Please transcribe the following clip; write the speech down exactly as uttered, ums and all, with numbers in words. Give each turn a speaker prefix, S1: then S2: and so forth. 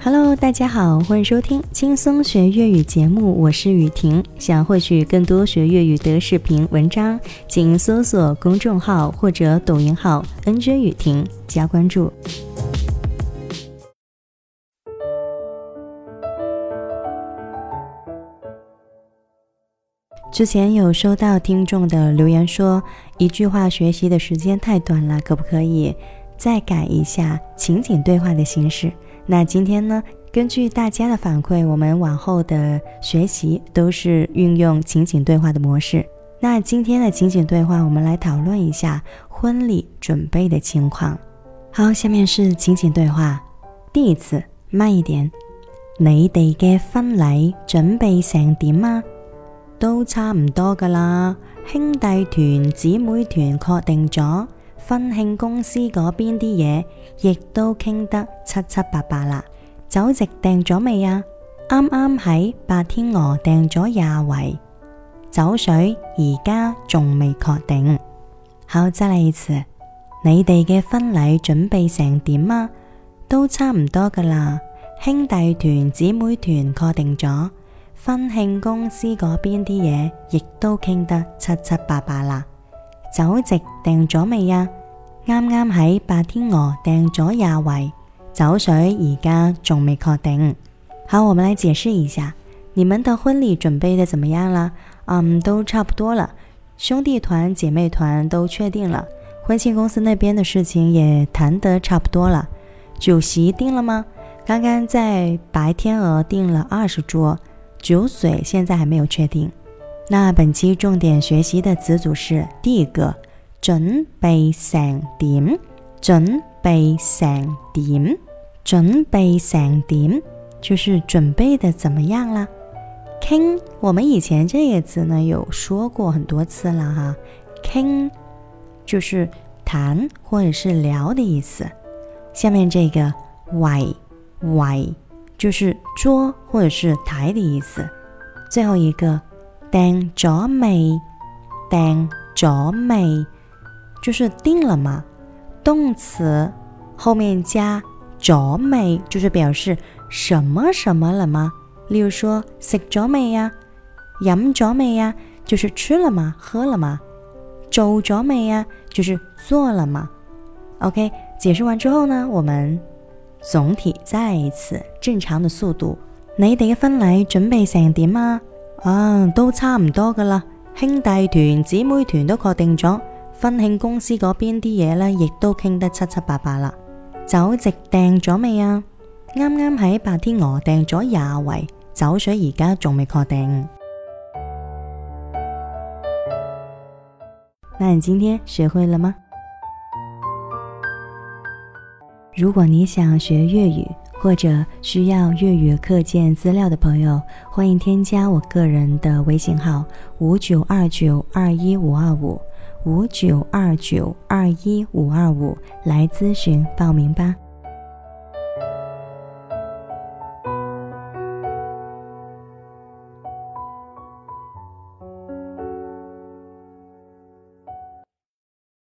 S1: Hello， 大家好，欢迎收听轻松学粤语节目，我是雨婷。想获取更多学粤语的视频文章，请搜索公众号或者抖音号 N J 雨婷加关注。之前有收到听众的留言说，一句话学习的时间太短了，可不可以再改一下情景对话的形式？那今天呢，根据大家的反馈，我们往后的学习都是运用情景对话的模式。那今天的情景对话，我們來討論一下婚禮準備的情況。好，下面是情景對話。第一次，慢一點。你哋嘅婚禮準備成點啊？都差唔多㗎啦，兄弟團、姊妹團確定咗，婚慶公司嗰邊啲嘢亦都傾得七七八八啦。酒席訂咗未啊？啱啱喺白天鵝訂咗廿圍，酒水而家仲未確定。好，再嚟一次。你哋嘅婚禮準備成點啊？都差唔多㗎啦，兄弟團、姊妹團確定咗，婚慶公司嗰邊啲嘢亦都傾得七七八八啦。酒席訂咗未啊？啱啱喺白天鵝訂咗廿圍，酒水而家仲未確定。好，我們來解釋一下，你們的婚禮準備的怎麼樣了？嗯，都差不多了，兄弟團、姐妹團都確定了，婚慶公司那邊的事情也談得差不多了。酒席定了嗎？剛剛在白天鵝訂了二十桌，酒水現在還沒有確定。那本期重點學習的詞組是第一個，準備成點，準備成點，準備成點，就是準備的怎麼樣啦？傾，我們以前這個字呢有說過很多次了哈，傾就是談或者是聊的意思。下面這個圍，圍就是桌或者是台的意思。最後一個訂咗未，訂咗未就是定了嘛，動詞後面加咗未就是表示什麼什麼了嗎？例如說食咗未呀，飲咗未呀，就是吃了嗎，喝了嗎？做咗未呀，就是做了嗎？ OK， 解釋完之後呢，我們總體再一次正常的速度。你哋嘅婚禮準備成點啊？啊，都差唔多㗎啦，兄弟團、姊妹團都確定咗，婚慶公司嗰邊啲嘢呢亦都傾得七七八八啦。酒席訂咗未啊？啱啱喺白天鵝訂咗廿圍，酒水而家仲未確定。那你今天學會了嗎？如果你想學粵語或者需要粵語課件資料的朋友，歡迎添加我個人的微信號五九二九二一五二五五九二九二一五二五來諮詢報名吧。